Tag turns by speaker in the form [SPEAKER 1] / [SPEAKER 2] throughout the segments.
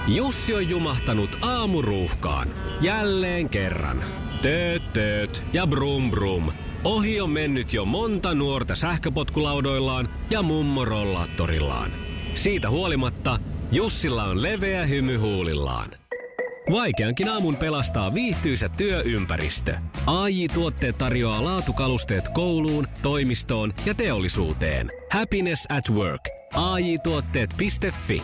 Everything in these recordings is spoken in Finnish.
[SPEAKER 1] Jussi on jumahtanut aamuruuhkaan. Jälleen kerran. Tööt ja brum brum. Ohi on mennyt jo monta nuorta sähköpotkulaudoillaan ja mummorollaattorillaan. Siitä huolimatta Jussilla on leveä hymy huulillaan. Vaikeankin aamun pelastaa viihtyisä työympäristö. AJ-tuotteet tarjoaa laatukalusteet kouluun, toimistoon ja teollisuuteen. Happiness at work. AJ-tuotteet.fi.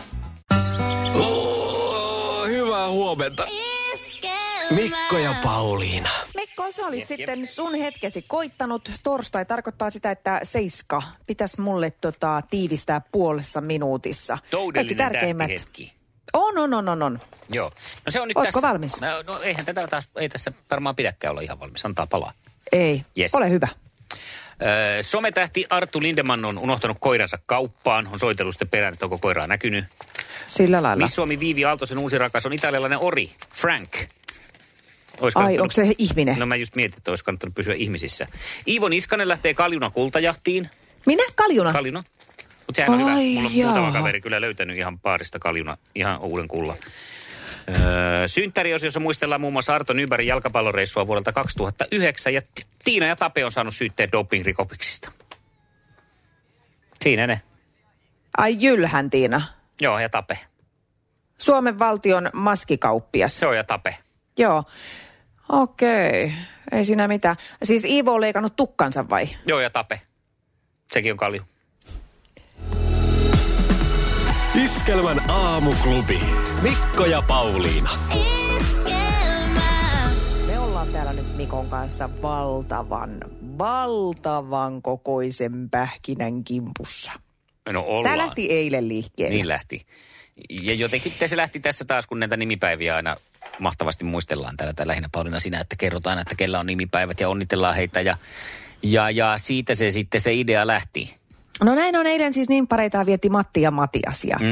[SPEAKER 1] Hyvää huomenta. Mikko ja Pauliina.
[SPEAKER 2] Mikko, se oli sitten sun hetkesi koittanut. Torstai tarkoittaa sitä, että 7 pitäisi mulle tiivistää puolessa minuutissa.
[SPEAKER 3] Toudellinen tähtihetki.
[SPEAKER 2] On.
[SPEAKER 3] Joo. No se on nyt
[SPEAKER 2] Ootko
[SPEAKER 3] tässä.
[SPEAKER 2] valmis?
[SPEAKER 3] No eihän tätä taas, ei tässä varmaan pidäkään olla ihan valmis. Antaa palaa.
[SPEAKER 2] Ei,
[SPEAKER 3] Yes.
[SPEAKER 2] ole hyvä.
[SPEAKER 3] Sometähti Arttu Lindemann on unohtanut koiransa kauppaan. On soitellut sitten perään, että onko koiraa näkynyt.
[SPEAKER 2] Sillä lailla.
[SPEAKER 3] Miss Suomi Viivi Aaltosen uusi rakas on italialainen ori, Frank.
[SPEAKER 2] Onko se ihminen?
[SPEAKER 3] No mä just mietin, että olisi kannattanut pysyä ihmisissä. Iivo Niskanen lähtee Kaljuna kultajahtiin.
[SPEAKER 2] Minä? Kaljuna?
[SPEAKER 3] Kaljuna. Mutta sehän on hyvä.
[SPEAKER 2] Ai
[SPEAKER 3] Mulla on
[SPEAKER 2] jaa.
[SPEAKER 3] muutama kaveri kyllä löytänyt ihan paarista Kaljuna, ihan uuden kullan. Synttäriosiossa muistellaan muun muassa Arto Nybergin jalkapalloreissua vuodelta 2009 ja Tiina ja Tape on saanut syytteen dopingrikopiksista. Siinä ne.
[SPEAKER 2] Ai Jylhän, Tiina.
[SPEAKER 3] Joo, ja Tape.
[SPEAKER 2] Suomen valtion maskikauppias.
[SPEAKER 3] Se on ja Tape.
[SPEAKER 2] Joo. Okei. Ei siinä mitään. Siis Iivo on leikannut tukkansa vai?
[SPEAKER 3] Joo, ja Tape. Sekin on Kalju.
[SPEAKER 1] Iskelmän aamuklubi. Mikko ja Pauliina.
[SPEAKER 2] Me ollaan täällä nyt Mikon kanssa valtavan kokoisen pähkinän kimpussa.
[SPEAKER 3] No ollaan.
[SPEAKER 2] Tää lähti eilen liikkeelle.
[SPEAKER 3] Niin lähti. Ja jotenkin se lähti tässä taas, kun näitä nimipäiviä aina mahtavasti muistellaan täällä lähinnä Pauliina sinä, että kerrotaan, että kellä on nimipäivät ja onnitellaan heitä. Ja siitä se sitten se idea lähti.
[SPEAKER 2] No näin on, eilen siis niin pareitaan vietti Matti ja Matias. Ja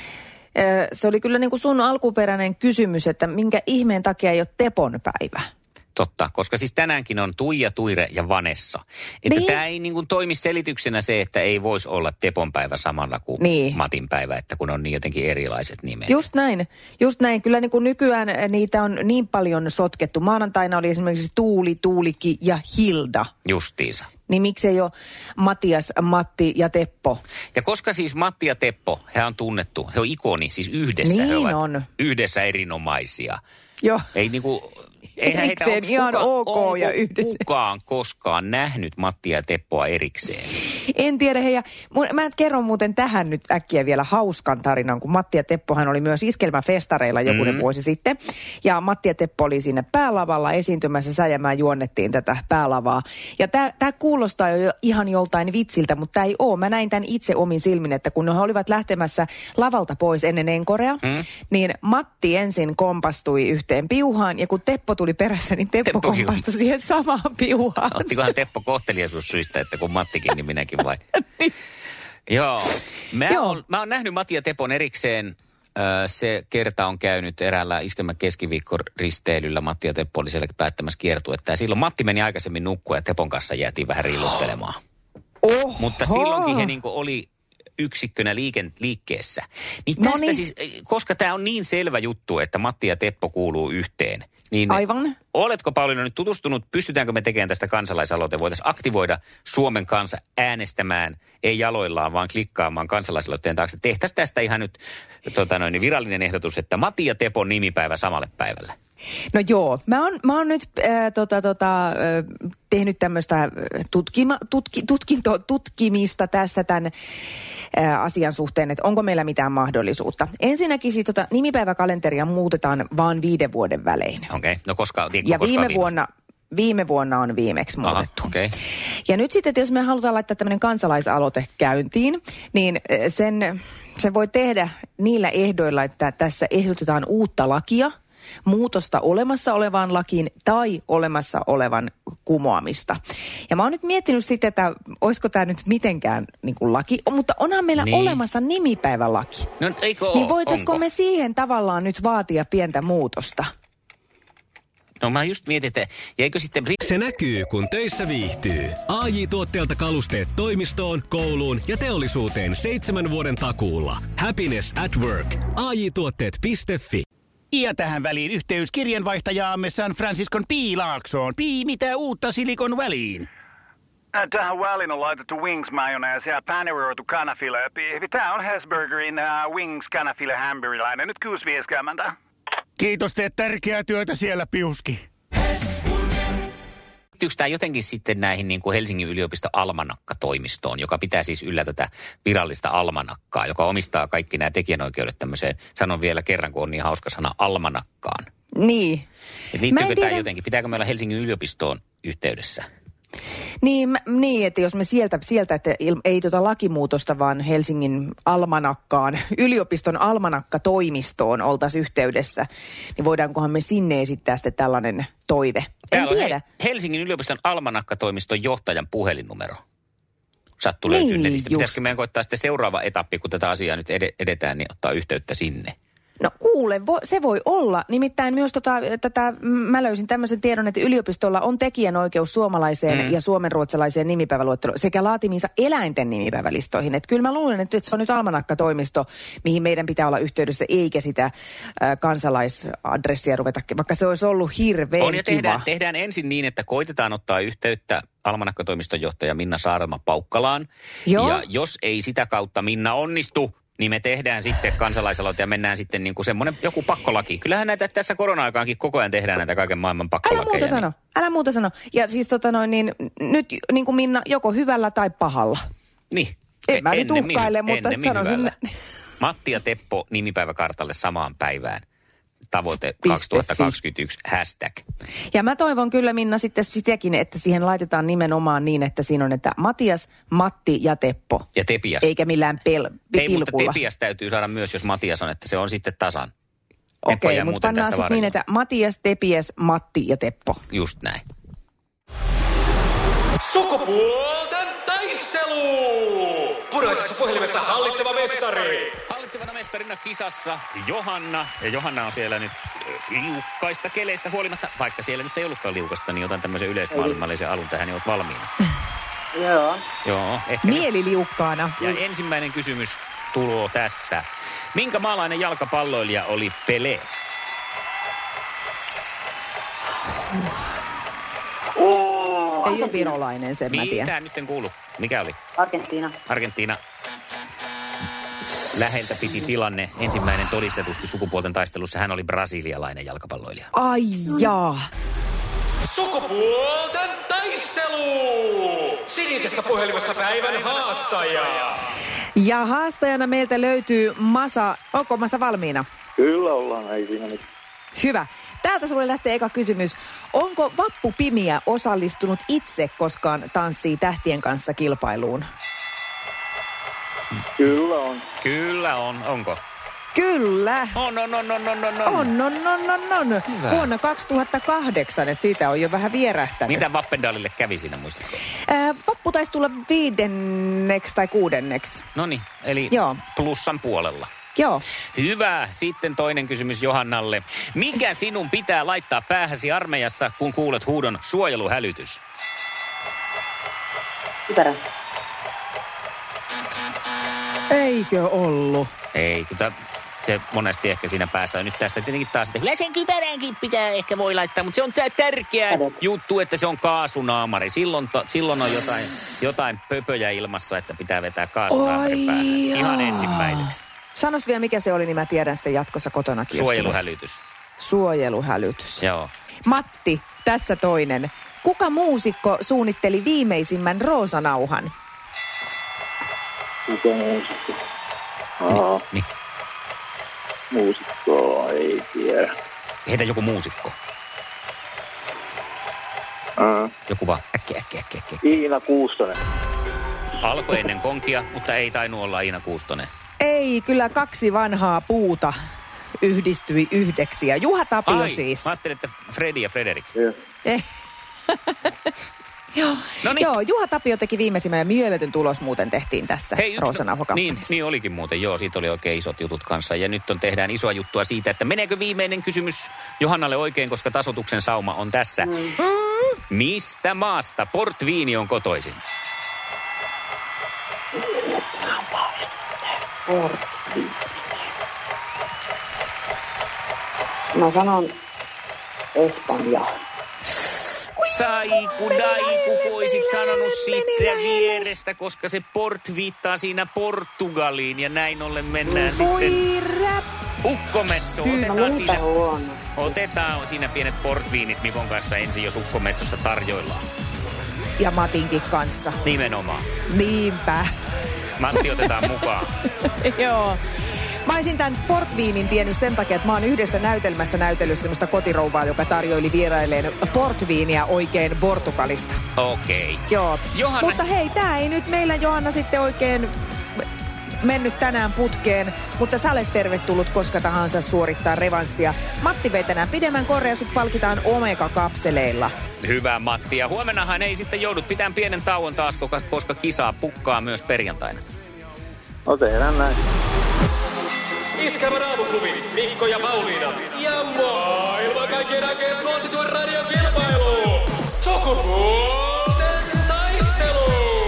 [SPEAKER 2] se oli kyllä niin kuin sun alkuperäinen kysymys, että minkä ihmeen takia ei ole Tepon päivä.
[SPEAKER 3] Totta, koska siis tänäänkin on Tuija, Tuire ja Vanessa. Että
[SPEAKER 2] niin.
[SPEAKER 3] tämä ei niin kuin toimi selityksenä se, että ei voisi olla Tepon päivä samalla kuin
[SPEAKER 2] niin.
[SPEAKER 3] Matin päivä, että kun on niin jotenkin erilaiset nimet.
[SPEAKER 2] Just näin. Kyllä niin kuin nykyään niitä on niin paljon sotkettu. Maanantaina oli esimerkiksi Tuuli, Tuuliki ja Hilda.
[SPEAKER 3] Justiinsa.
[SPEAKER 2] Niin miksei ole Matias, Matti ja Teppo?
[SPEAKER 3] Ja koska siis Matti ja Teppo, he on tunnettu, he on ikoni, siis yhdessä
[SPEAKER 2] niin
[SPEAKER 3] he ovat
[SPEAKER 2] on.
[SPEAKER 3] Yhdessä erinomaisia.
[SPEAKER 2] Joo.
[SPEAKER 3] Ei niinku, eihän heitä
[SPEAKER 2] Erikseen ihan ok ja yhdessä.
[SPEAKER 3] kukaan koskaan nähnyt Mattia ja Teppoa erikseen.
[SPEAKER 2] En tiedä, hei. Mä kerron muuten tähän nyt äkkiä vielä hauskan tarinan, kun Matti ja Teppohan oli myös iskelmäfestareilla jokunen vuosi sitten. Ja Matti ja Teppo oli siinä päälavalla esiintymässä, sä ja mä juonnettiin tätä päälavaa. Ja tää kuulostaa jo ihan joltain vitsiltä, mutta tää ei oo. Mä näin tämän itse omin silmin, että kun he olivat lähtemässä lavalta pois ennen enkorea, niin Matti ensin kompastui yhteen piuhaan, ja kun Teppo tuli perässä, niin Teppo kompastui siihen samaan piuhaan.
[SPEAKER 3] Ottikohan Teppo kohteliaisuussyistä, että kun Mattikin, niin minäkin vai?
[SPEAKER 2] Niin.
[SPEAKER 3] Joo. Mä oon nähnyt Matti ja Tepon erikseen. Se kerta on käynyt eräällä Iskelmän keskiviikkoristeilyllä. Matti ja Teppo oli siellä päättämässä kiertuetta. Ja silloin Matti meni aikaisemmin nukkua ja Tepon kanssa jäätiin vähän riiluttelemaan.
[SPEAKER 2] Oho.
[SPEAKER 3] Mutta silloinkin he niinku oli yksikkönä liikkeessä. Niin tästä siis, koska tämä on niin selvä juttu, että Matti ja Teppo kuuluu yhteen. Niin
[SPEAKER 2] aivan.
[SPEAKER 3] Oletko Pauliina nyt tutustunut, pystytäänkö me tekemään tästä kansalaisaloite? Voitaisiin aktivoida Suomen kansa äänestämään, ei jaloillaan, vaan klikkaamaan kansalaisaloitteen taakse. Tehtäisiin tästä ihan nyt virallinen ehdotus, että Matti ja Tepon nimipäivä samalle päivälle.
[SPEAKER 2] No joo, mä oon nyt tehnyt tämmöistä tutkimista tässä tämän asian suhteen, että onko meillä mitään mahdollisuutta. Ensinnäkin siis nimipäiväkalenteria muutetaan vaan 5 vuoden välein.
[SPEAKER 3] Okei, no koska
[SPEAKER 2] viime vuonna on viimeksi muutettu.
[SPEAKER 3] Aha, okay.
[SPEAKER 2] Ja nyt sitten, että jos me halutaan laittaa tämmöinen kansalaisaloite käyntiin, niin se voi tehdä niillä ehdoilla, että tässä ehdotetaan uutta lakia, muutosta olemassa olevaan lakiin tai olemassa olevan kumoamista. Ja mä oon nyt miettinyt sitten, että olisiko tämä nyt mitenkään niin kuin laki, mutta onhan meillä olemassa nimipäivälaki.
[SPEAKER 3] No eikö
[SPEAKER 2] niin voitaisiko me siihen tavallaan nyt vaatia pientä muutosta?
[SPEAKER 3] No mä just mietin, että jäikö sitten...
[SPEAKER 1] Se näkyy, kun töissä viihtyy. AJ-tuotteelta kalusteet toimistoon, kouluun ja teollisuuteen 7 vuoden takuulla. Happiness at work. AJ-tuotteet.fi.
[SPEAKER 4] Ja tähän väliin yhteys kirjanvaihtajaamme San Franciscon P. Laaksoon. Mitä uutta Silikon väliin?
[SPEAKER 5] Tähän väliin on laitettu wings mayonnaise ja paneroitu kanafila. Tämä on Hesburgerin wings kanafila hamburilainen. Nyt 6.50.
[SPEAKER 4] Kiitos, teet tärkeää työtä siellä, Piuski.
[SPEAKER 3] Liittyykö tämä jotenkin sitten näihin niin kuin Helsingin yliopiston almanakka-toimistoon, joka pitää siis yllä tätä virallista almanakkaa, joka omistaa kaikki nämä tekijänoikeudet tämmöiseen, sanon vielä kerran, kun on niin hauska sana, almanakkaan.
[SPEAKER 2] Niin.
[SPEAKER 3] Et liittyykö tämä jotenkin, pitääkö meillä Helsingin yliopistoon yhteydessä?
[SPEAKER 2] Niin, että jos me sieltä että ei lakimuutosta, vaan Helsingin almanakkaan, yliopiston almanakka-toimistoon oltaisiin yhteydessä, niin voidaankohan me sinne esittää sitten tällainen toive? En tiedä.
[SPEAKER 3] Helsingin yliopiston almanakka-toimiston johtajan puhelinnumero. Sattu löytyy netistä. Pitäisikö meidän koittaa sitten seuraava etappi, kun tätä asiaa nyt edetään, niin ottaa yhteyttä sinne?
[SPEAKER 2] No kuule, se voi olla. Nimittäin myös mä löysin tämmöisen tiedon, että yliopistolla on tekijänoikeus suomalaiseen ja suomenruotsalaiseen nimipäiväluetteloon sekä laatimiinsa eläinten nimipäivälistoihin. Että kyllä mä luulen, että se on nyt almanakka-toimisto, mihin meidän pitää olla yhteydessä, eikä sitä kansalaisadressia ruveta, vaikka se olisi ollut hirveän kiva.
[SPEAKER 3] Tehdään ensin niin, että koitetaan ottaa yhteyttä almanakka-toimiston johtaja Minna Saarelma-Paukkalaan. Joo. Ja jos ei sitä kautta Minna onnistu, niin me tehdään sitten kansalaisaloite ja mennään sitten niin kuin semmoinen joku pakkolaki. Kyllähän näitä tässä korona-aikaankin koko ajan tehdään näitä kaiken maailman pakkolakeja.
[SPEAKER 2] Älä muuta sano. Ja siis nyt niin kuin Minna, joko hyvällä tai pahalla.
[SPEAKER 3] Niin.
[SPEAKER 2] En mä nyt uhkaile, mutta sanoisin...
[SPEAKER 3] Matti ja Teppo nimipäiväkartalle samaan päivään. Tavoite 2021 hashtag.
[SPEAKER 2] Ja mä toivon kyllä, Minna, sitten sitäkin, että siihen laitetaan nimenomaan niin, että siinä on, että Matias, Matti ja Teppo.
[SPEAKER 3] Ja Tepias.
[SPEAKER 2] Eikä millään
[SPEAKER 3] Ei, mutta Tepias täytyy saada myös, jos Matias on, että se on sitten tasan.
[SPEAKER 2] Okei, mutta pannaan sitten niin, että Matias, Tepias, Matti ja Teppo.
[SPEAKER 3] Just näin.
[SPEAKER 1] Sukupuolten taistelu! Puraisessa puhelimessa hallitseva mestari.
[SPEAKER 3] Hallitsevana mestarina kisassa Johanna. Ja Johanna on siellä nyt liukkaista keleistä huolimatta. Vaikka siellä nyt ei ollutkaan liukasta, niin otan tämmöisen yleismaailmallisen alun tähän, niin olet valmiina. Joo.
[SPEAKER 2] Mieliliukkaana.
[SPEAKER 3] Ja ensimmäinen kysymys tulee tässä. Minkä maalainen jalkapalloilija oli Pelé?
[SPEAKER 2] Ei ole virolainen, sen mä tiedän.
[SPEAKER 3] Mitä nyt en kuulu? Mikä oli? Argentiina. Läheltä piti tilanne. Ensimmäinen todistetusti sukupuolten taistelussa. Hän oli brasilialainen jalkapalloilija.
[SPEAKER 2] Ai jaa.
[SPEAKER 1] Sukupuolten taistelu! Sinisessä puhelimessa päivän haastaja.
[SPEAKER 2] Ja haastajana meiltä löytyy Masa. Onko Masa valmiina?
[SPEAKER 6] Kyllä ollaan, ei siinä mitään.
[SPEAKER 2] Hyvä. Täältä sulle lähtee eka kysymys. Onko Vappu Pimiä osallistunut itse koskaan Tanssii tähtien kanssa -kilpailuun?
[SPEAKER 6] Kyllä on.
[SPEAKER 3] Onko?
[SPEAKER 2] Kyllä.
[SPEAKER 3] On.
[SPEAKER 2] Vuonna 2008, että siitä on jo vähän vierähtänyt.
[SPEAKER 3] Mitä Vappendalille kävi siinä, muistatko?
[SPEAKER 2] Vappu taisi tulla 5. tai 6.
[SPEAKER 3] Noniin, eli plussan puolella.
[SPEAKER 2] Joo.
[SPEAKER 3] Hyvä. Sitten toinen kysymys Johannalle. Mikä sinun pitää laittaa päähäsi armeijassa, kun kuulet huudon suojeluhälytys?
[SPEAKER 7] Kypärä.
[SPEAKER 2] Eikö ollut?
[SPEAKER 3] Ei, kun se monesti ehkä siinä päässä on nyt tässä tietenkin taas, että kyllä sen kypäränkin pitää ehkä voi laittaa, mutta se on tärkeä juttu, että se on kaasunaamari. Silloin on jotain pöpöjä ilmassa, että pitää vetää kaasunaamarin päähän. Ihan ensimmäiseksi.
[SPEAKER 2] Sanois vielä, mikä se oli, niin mä tiedän sitten jatkossa kotonakin. Suojeluhälytys.
[SPEAKER 3] Joo.
[SPEAKER 2] Matti, tässä toinen. Kuka muusikko suunnitteli viimeisimmän Roosanauhan?
[SPEAKER 6] Kuka muusikko?
[SPEAKER 3] Niin.
[SPEAKER 6] Muusikkoa ei tiedä.
[SPEAKER 3] Heitä joku muusikko. Joku vaan äkkiä.
[SPEAKER 6] Iina Kuustonen.
[SPEAKER 3] Alkoi ennen konkia, mutta ei tainnut olla Iina Kuustonen.
[SPEAKER 2] Ei, kyllä 2 vanhaa puuta yhdistyi yhdeksi. Ja Juha Tapio siis.
[SPEAKER 3] Mä ajattelin, että Fredi ja Frederik.
[SPEAKER 2] Joo, Juha Tapio teki viimeisimmän ja mieletön tulos muuten tehtiin tässä Roosanauha-kampanjassa.
[SPEAKER 3] Niin olikin muuten, joo, siitä oli oikein isot jutut kanssa. Ja nyt tehdään isoa juttua siitä, että meneekö viimeinen kysymys Johannalle oikein, koska tasoituksen sauma on tässä. Mistä maasta portviini on kotoisin?
[SPEAKER 6] Portviini. Mä sanon Espanja.
[SPEAKER 3] Saiku, daiku, oisit sanonut siitä vierestä, koska se port viittaa siinä Portugaliin ja näin ollen mennään sitten Ukkometso. Otetaan siinä pienet portviinit Mikon kanssa ensin, jos Ukkometsossa tarjoillaan.
[SPEAKER 2] Ja Matinkin kanssa.
[SPEAKER 3] Nimenomaan.
[SPEAKER 2] Niinpä.
[SPEAKER 3] Matti otetaan mukaan.
[SPEAKER 2] Joo. Mä olisin tämän portviinin tiennyt sen takia, että mä oon yhdessä näytelmässä näytellyt semmoista kotirouvaa, joka tarjoili vierailleen portviinia oikein Portugalista.
[SPEAKER 3] Okei.
[SPEAKER 2] Joo. Johanna... Mutta hei, tää ei nyt meillä Johanna sitten oikein mennyt tänään putkeen, mutta sä olet tervetullut koska tahansa suorittaa revanssia. Matti vei tänään pidemmän korren ja sut palkitaan Omega-kapseleilla.
[SPEAKER 3] Hyvä Matti. Ja huomennahan ei sitten joudut pitämään pienen tauon taas, koska kisaa pukkaa myös perjantaina.
[SPEAKER 6] No tehdään näin.
[SPEAKER 1] Iskelmän aamuklubi, Mikko ja Pauliina. Ja maailman kaikkien aikeen suosituen radiokilpailu. Sukupuolten taistelu.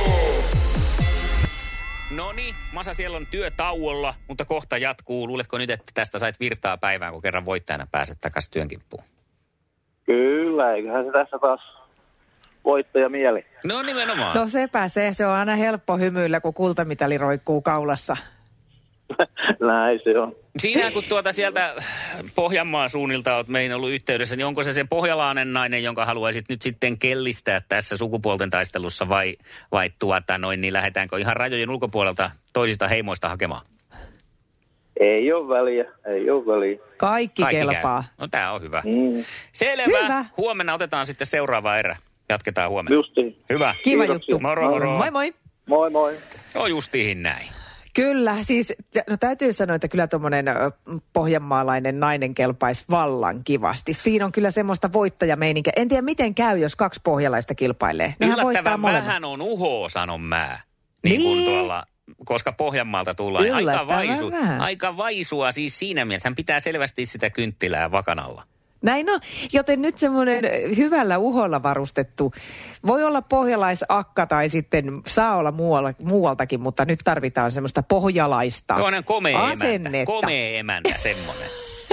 [SPEAKER 1] Noniin, Masa siellä on työtauolla, mutta kohta jatkuu. Luuletko nyt, että tästä sait virtaa päivään, kun kerran voittajana pääset takaisin työn kimppuun?
[SPEAKER 6] Kyllä, eiköhän se tässä taas voittaja mieli.
[SPEAKER 3] No nimenomaan.
[SPEAKER 2] No sepä se on aina helppo hymyillä, kun kultamitali roikkuu kaulassa.
[SPEAKER 6] Näin se on.
[SPEAKER 3] Siinä kun sieltä Pohjanmaan suunnilta olet meihin ollut yhteydessä, niin onko se pohjalainen nainen, jonka haluaisit nyt sitten kellistää tässä sukupuolten taistelussa vai niin lähdetäänkö ihan rajojen ulkopuolelta toisista heimoista hakemaan?
[SPEAKER 6] Ei ole väliä.
[SPEAKER 2] Kaikki kelpaa.
[SPEAKER 3] Käy. No tää on hyvä. Selvä. Hyvä. Huomenna otetaan sitten seuraava erä. Jatketaan huomenna.
[SPEAKER 6] Justiin.
[SPEAKER 3] Hyvä.
[SPEAKER 2] Kiva juttu.
[SPEAKER 3] Moro.
[SPEAKER 2] Moi moi.
[SPEAKER 6] Moi moi.
[SPEAKER 3] No justiin näin.
[SPEAKER 2] Kyllä, siis no täytyy sanoa, että kyllä tuommoinen pohjanmaalainen nainen kelpaisi vallan kivasti. Siinä on kyllä semmoista voittajameininkiä. En tiedä miten käy, jos kaksi pohjalaista kilpailee. Nehän
[SPEAKER 3] yllättävän vähän on uhoa, sanon mä. Niin kuin tuolla, koska Pohjanmaalta tullaan. Aika vaisua siis siinä mielessä. Hän pitää selvästi sitä kynttilää vakanalla.
[SPEAKER 2] Näin on, joten nyt semmoinen hyvällä uholla varustettu, voi olla pohjalaisakka tai sitten saa olla muualtakin, mutta nyt tarvitaan semmoista pohjalaista asennetta.
[SPEAKER 3] Komea emäntä semmoinen.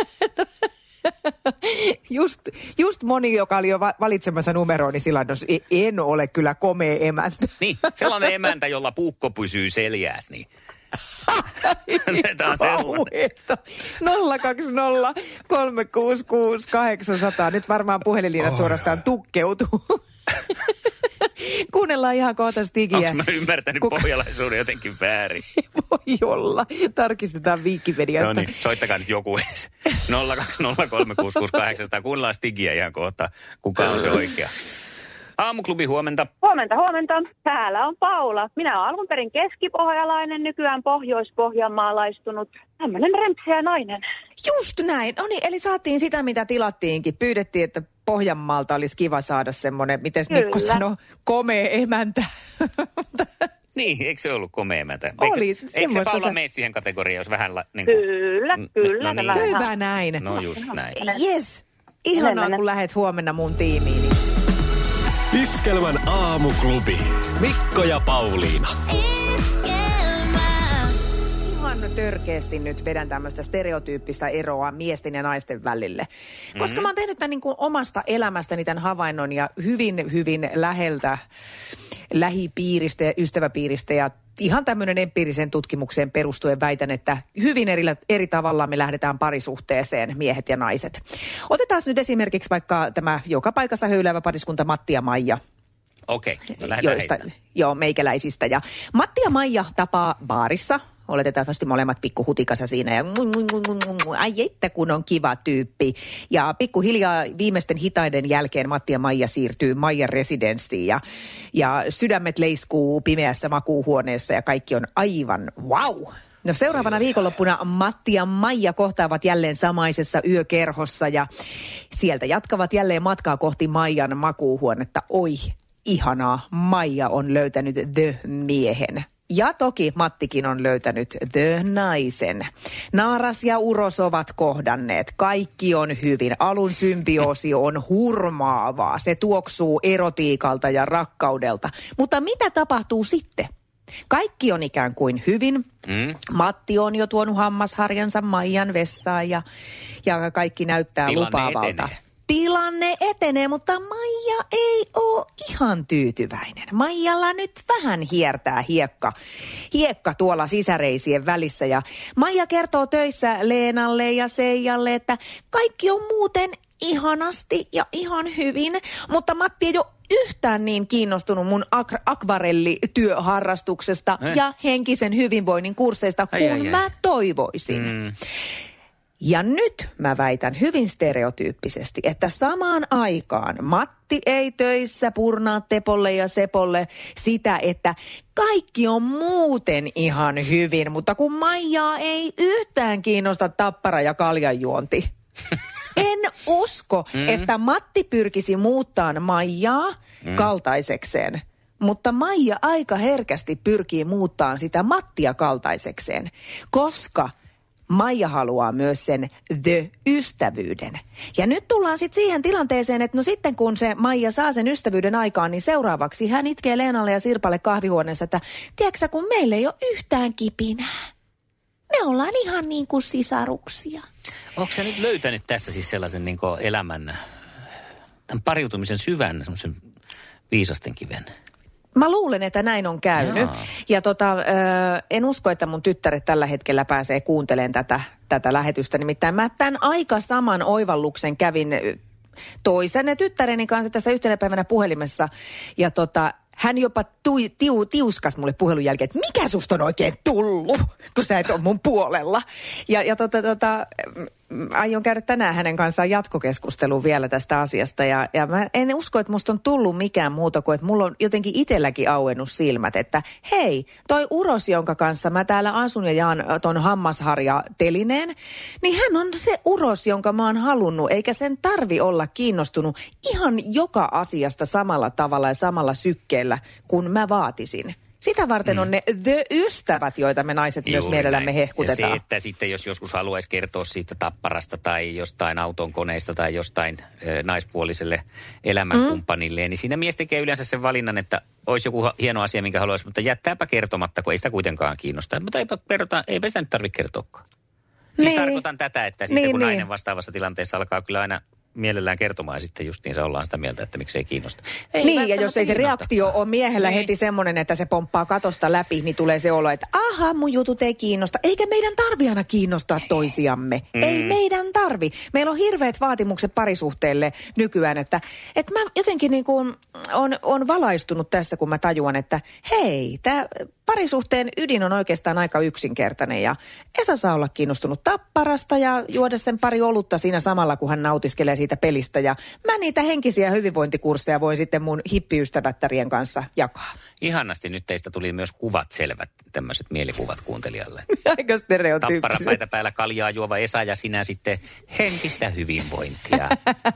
[SPEAKER 2] Just moni, joka oli jo valitsemassa numeroa, niin silloin en ole kyllä komea emäntä.
[SPEAKER 3] Niin, sellainen emäntä, jolla puukko pysyy seljääs, niin...
[SPEAKER 2] Kauheeta. 020 366 800. Nyt varmaan puhelinliinat suorastaan tukkeutuu. Kuunnellaan ihan kohta Stigiä.
[SPEAKER 3] Onko mä ymmärtänyt pohjalaisuuden jotenkin väärin?
[SPEAKER 2] Voi olla. Tarkistetaan Wikipediasta.
[SPEAKER 3] No niin, soittakaa nyt joku edes. 020366800. Kuunnellaan Stigiä ihan kohta. Kuka on se oikea? Aamuklubi, huomenta.
[SPEAKER 7] Huomenta. Täällä on Paula. Minä olen alun perin keskipohjalainen, nykyään pohjoispohjanmaalaistunut. Tämmöinen rempseä nainen.
[SPEAKER 2] Just näin. No niin, eli saatiin sitä, mitä tilattiinkin. Pyydettiin, että Pohjanmaalta olisi kiva saada semmoinen, miten Mikko sanoi, komea emäntä.
[SPEAKER 3] Niin, eikö se ollut komea emäntä?
[SPEAKER 2] Oli.
[SPEAKER 3] Eikö se Paula mene siihen kategoriaan, jos vähän... Niin
[SPEAKER 7] kuin... Kyllä.
[SPEAKER 2] No niin. Hyvä näin.
[SPEAKER 3] No just näin.
[SPEAKER 2] Yes. Ihanaa, kun lähet huomenna mun tiimiin.
[SPEAKER 1] Iskelmän aamuklubi. Mikko ja Pauliina.
[SPEAKER 2] Ihan törkeästi nyt vedän tämmöistä stereotyyppistä eroa miesten ja naisten välille. Koska mä oon tehnyt tämän niin kuin omasta elämästäni tämän havainnon ja hyvin läheltä lähipiiristä ja ystäväpiiristä ja ihan tämmöinen empiirisen tutkimukseen perustuen väitän, että hyvin eri tavalla me lähdetään parisuhteeseen, miehet ja naiset. Otetaan nyt esimerkiksi vaikka tämä joka paikassa höyläävä pariskunta Matti ja Maija.
[SPEAKER 3] Okei, no lähdetään heistä.
[SPEAKER 2] Joo, meikäläisistä. Ja Matti ja Maija tapaa baarissa. Oletettavasti molemmat pikkuhutikassa siinä ja ai että kun on kiva tyyppi. Ja pikkuhiljaa viimeisten hitaiden jälkeen Matti ja Maija siirtyy Maijan residenssiin ja sydämet leiskuu pimeässä makuuhuoneessa ja kaikki on aivan wow. No seuraavana viikonloppuna Matti ja Maija kohtaavat jälleen samaisessa yökerhossa ja sieltä jatkavat jälleen matkaa kohti Maijan makuuhuonetta. Oi, ihanaa, Maija on löytänyt the-miehen. Ja toki Mattikin on löytänyt the-naisen. Naaras ja Uros ovat kohdanneet. Kaikki on hyvin. Alun symbioosi on hurmaavaa. Se tuoksuu erotiikalta ja rakkaudelta. Mutta mitä tapahtuu sitten? Kaikki on ikään kuin hyvin. Matti on jo tuonut hammasharjansa Maijan vessaan ja kaikki näyttää lupaavalta. Tilanne etenee, mutta Maija ei ole ihan tyytyväinen. Maijalla nyt vähän hiertää hiekka tuolla sisäreisien välissä. Ja Maija kertoo töissä Leenalle ja Seijalle, että kaikki on muuten ihanasti ja ihan hyvin. Mutta Matti ei ole yhtään niin kiinnostunut mun akvarellityöharrastuksesta ja henkisen hyvinvoinnin kursseista kuin mä toivoisin. Ja nyt mä väitän hyvin stereotyyppisesti, että samaan aikaan Matti ei töissä purnaa Tepolle ja Sepolle sitä, että kaikki on muuten ihan hyvin, mutta kun Maijaa ei yhtään kiinnosta tappara ja kaljanjuonti. En usko, että Matti pyrkisi muuttaa Maijaa kaltaisekseen. Mutta Maija aika herkästi pyrkii muuttaa sitä Mattia kaltaisekseen, koska Maija haluaa myös sen the-ystävyyden. Ja nyt tullaan sitten siihen tilanteeseen, että no sitten kun se Maija saa sen ystävyyden aikaan, niin seuraavaksi hän itkee Leenalle ja Sirpalle kahvihuoneessa, että tiedätkö kun meillä ei ole yhtään kipinää. Me ollaan ihan niin kuin sisaruksia.
[SPEAKER 3] Onko sä nyt löytänyt tässä siis sellaisen niin kuin elämän, tämän pariutumisen syvän, semmoisen viisasten kiven?
[SPEAKER 2] Mä luulen, että näin on käynyt. Ja en usko, että mun tyttäret tällä hetkellä pääsee kuuntelemaan tätä lähetystä. Nimittäin mä tämän aika saman oivalluksen kävin toisen tyttäreni kanssa tässä yhtenä päivänä puhelimessa. Ja hän jopa tiuskas mulle puhelun jälkeen, että mikä susta on oikein tullut, kun sä et ole mun puolella. Ja aion käydä tänään hänen kanssaan jatkokeskustelun vielä tästä asiasta. Ja mä en usko, että musta on tullut mikään muuta kuin, että mulla on jotenkin itselläkin auennut silmät, että hei, toi Uros, jonka kanssa mä täällä asun ja jaan ton hammasharja-telineen, niin hän on se Uros, jonka mä oon halunnut, eikä sen tarvi olla kiinnostunut ihan joka asiasta samalla tavalla ja samalla sykkeellä, kun mä vaatisin. Sitä varten on ne the-ystävät, joita me naiset myös mielellämme hehkutetaan.
[SPEAKER 3] Ja se, että sitten jos joskus haluaisi kertoa siitä tapparasta tai jostain auton koneista tai jostain naispuoliselle elämänkumppanille, niin siinä mies tekee yleensä sen valinnan, että olisi joku hieno asia, minkä haluaisi, mutta jättääpä kertomatta, kun ei sitä kuitenkaan kiinnosta. Mutta eipä sitä nyt tarvitse kertoakaan. Siis tarkoitan tätä, että sitten kun nainen vastaavassa tilanteessa alkaa kyllä aina mielellään kertomaan ja sitten justiinsa ollaan sitä mieltä, että miksei kiinnosta.
[SPEAKER 2] Niin, ja jos ei se reaktio ole miehellä heti semmoinen, että se pomppaa katosta läpi, niin tulee se olo, että aha, mun jutut ei kiinnosta. Eikä meidän tarvi aina kiinnostaa toisiamme. Ei meidän tarvi. Meillä on hirveät vaatimukset parisuhteelle nykyään, että mä jotenkin niin kuin on valaistunut tässä, kun mä tajuan, että hei, tämä parisuhteen ydin on oikeastaan aika yksinkertainen ja Esa saa olla kiinnostunut tapparasta ja juoda sen pari olutta siinä samalla, kun hän nautiskelee siitä pelistä. Ja mä niitä henkisiä hyvinvointikursseja voin sitten mun hippiystävättärien kanssa jakaa.
[SPEAKER 3] Ihanasti nyt teistä tuli myös kuvat selvät, tämmöiset mielikuvat kuuntelijalle.
[SPEAKER 2] Aika stereotyyppiset.
[SPEAKER 3] Tapparapäitä päällä kaljaa juova Esa ja sinä sitten henkistä hyvinvointia.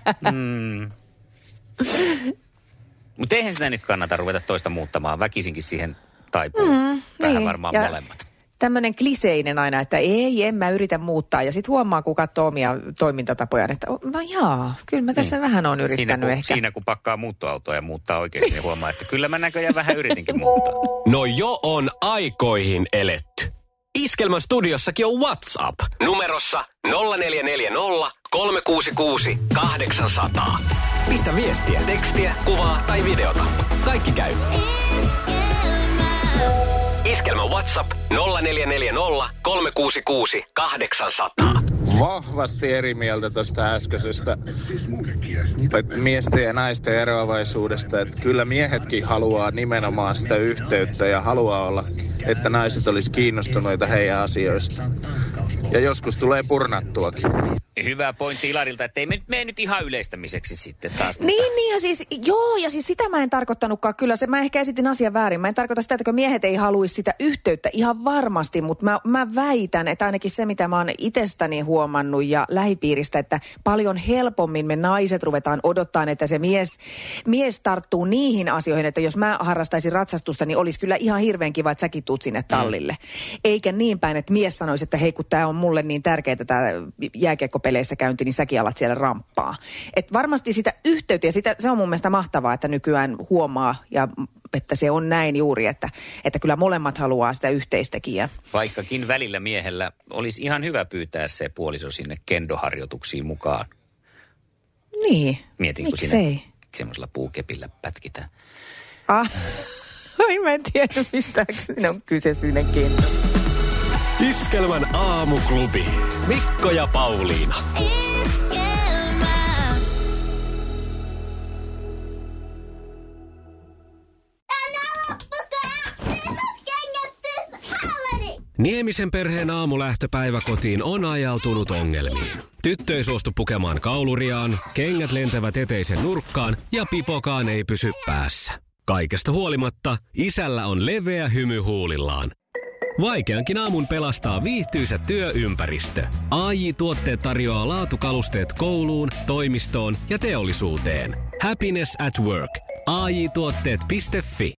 [SPEAKER 3] Mutta eihän sitä nyt kannata ruveta toista muuttamaan, väkisinkin siihen taipuu. Tähän niin, varmaan molemmat.
[SPEAKER 2] Tämmöinen kliseinen aina, että en mä yritä muuttaa. Ja sitten huomaa, kun katsoo omia toimintatapojaan, että no jaa, kyllä mä tässä vähän on yrittänyt ehkä.
[SPEAKER 3] Siinä kun pakkaa muuttoautoa ja muuttaa oikeasti, niin huomaa, että kyllä mä näköjään vähän yritinkin muuttaa.
[SPEAKER 1] No jo on aikoihin eletty. Iskelmän studiossakin on WhatsApp. Numerossa 0440 366 800. Pistä viestiä, tekstiä, kuvaa tai videota. Kaikki käy. Iskelmän WhatsApp 0440 366 800.
[SPEAKER 8] Vahvasti eri mieltä tuosta äskeisestä miesten ja naisten eroavaisuudesta. Että kyllä miehetkin haluaa nimenomaan sitä yhteyttä ja haluaa olla, että naiset olisi kiinnostuneita heidän asioista. Ja joskus tulee purnattuakin.
[SPEAKER 3] Hyvä pointti Ilarilta, että ei mene nyt ihan yleistämiseksi sitten taas.
[SPEAKER 2] Niin ja siis, ja siis sitä mä en tarkoittanutkaan kyllä. Mä ehkä esitin asian väärin. Mä en tarkoita sitä, että miehet ei haluaisi sitä yhteyttä ihan varmasti, mutta mä väitän, että ainakin se, mitä mä oon itsestäni huomannut ja lähipiiristä, että paljon helpommin me naiset ruvetaan odottaa, että se mies tarttuu niihin asioihin, että jos mä harrastaisin ratsastusta, niin olisi kyllä ihan hirveän kiva, että säkin tuut sinne tallille. Eikä niin päin, että mies sanoisi, että hei, kun tää on mulle niin tärkeää, tää jääkiekkopeleissä käynti, niin säkin alat siellä ramppaa. Et varmasti sitä yhteyttä, ja se on mun mielestä mahtavaa, että nykyään huomaa, ja että se on näin juuri, että kyllä molemmat haluaa sitä yhteistekijää.
[SPEAKER 3] Vaikkakin välillä miehellä olisi ihan hyvä pyytää se puoliso sinne kendoharjoituksiin mukaan.
[SPEAKER 2] Niin.
[SPEAKER 3] Mietin, kun sinne semmoisella puukepillä pätkitään.
[SPEAKER 2] Ai mä en tiedä, mistä siinä on kyse siinä kendo.
[SPEAKER 1] Iskelmän aamuklubi. Mikko ja Pauliina. Niemisen perheen aamulähtöpäivä kotiin on ajautunut ongelmiin. Tyttö ei suostu pukemaan kauluriaan, kengät lentävät eteisen nurkkaan ja pipokaan ei pysy päässä. Kaikesta huolimatta isällä on leveä hymy huulillaan. Vaikeankin aamun pelastaa viihtyisä työympäristö. AJ-tuotteet tarjoaa laatukalusteet kouluun, toimistoon ja teollisuuteen. Happiness at work. AJ-tuotteet.fi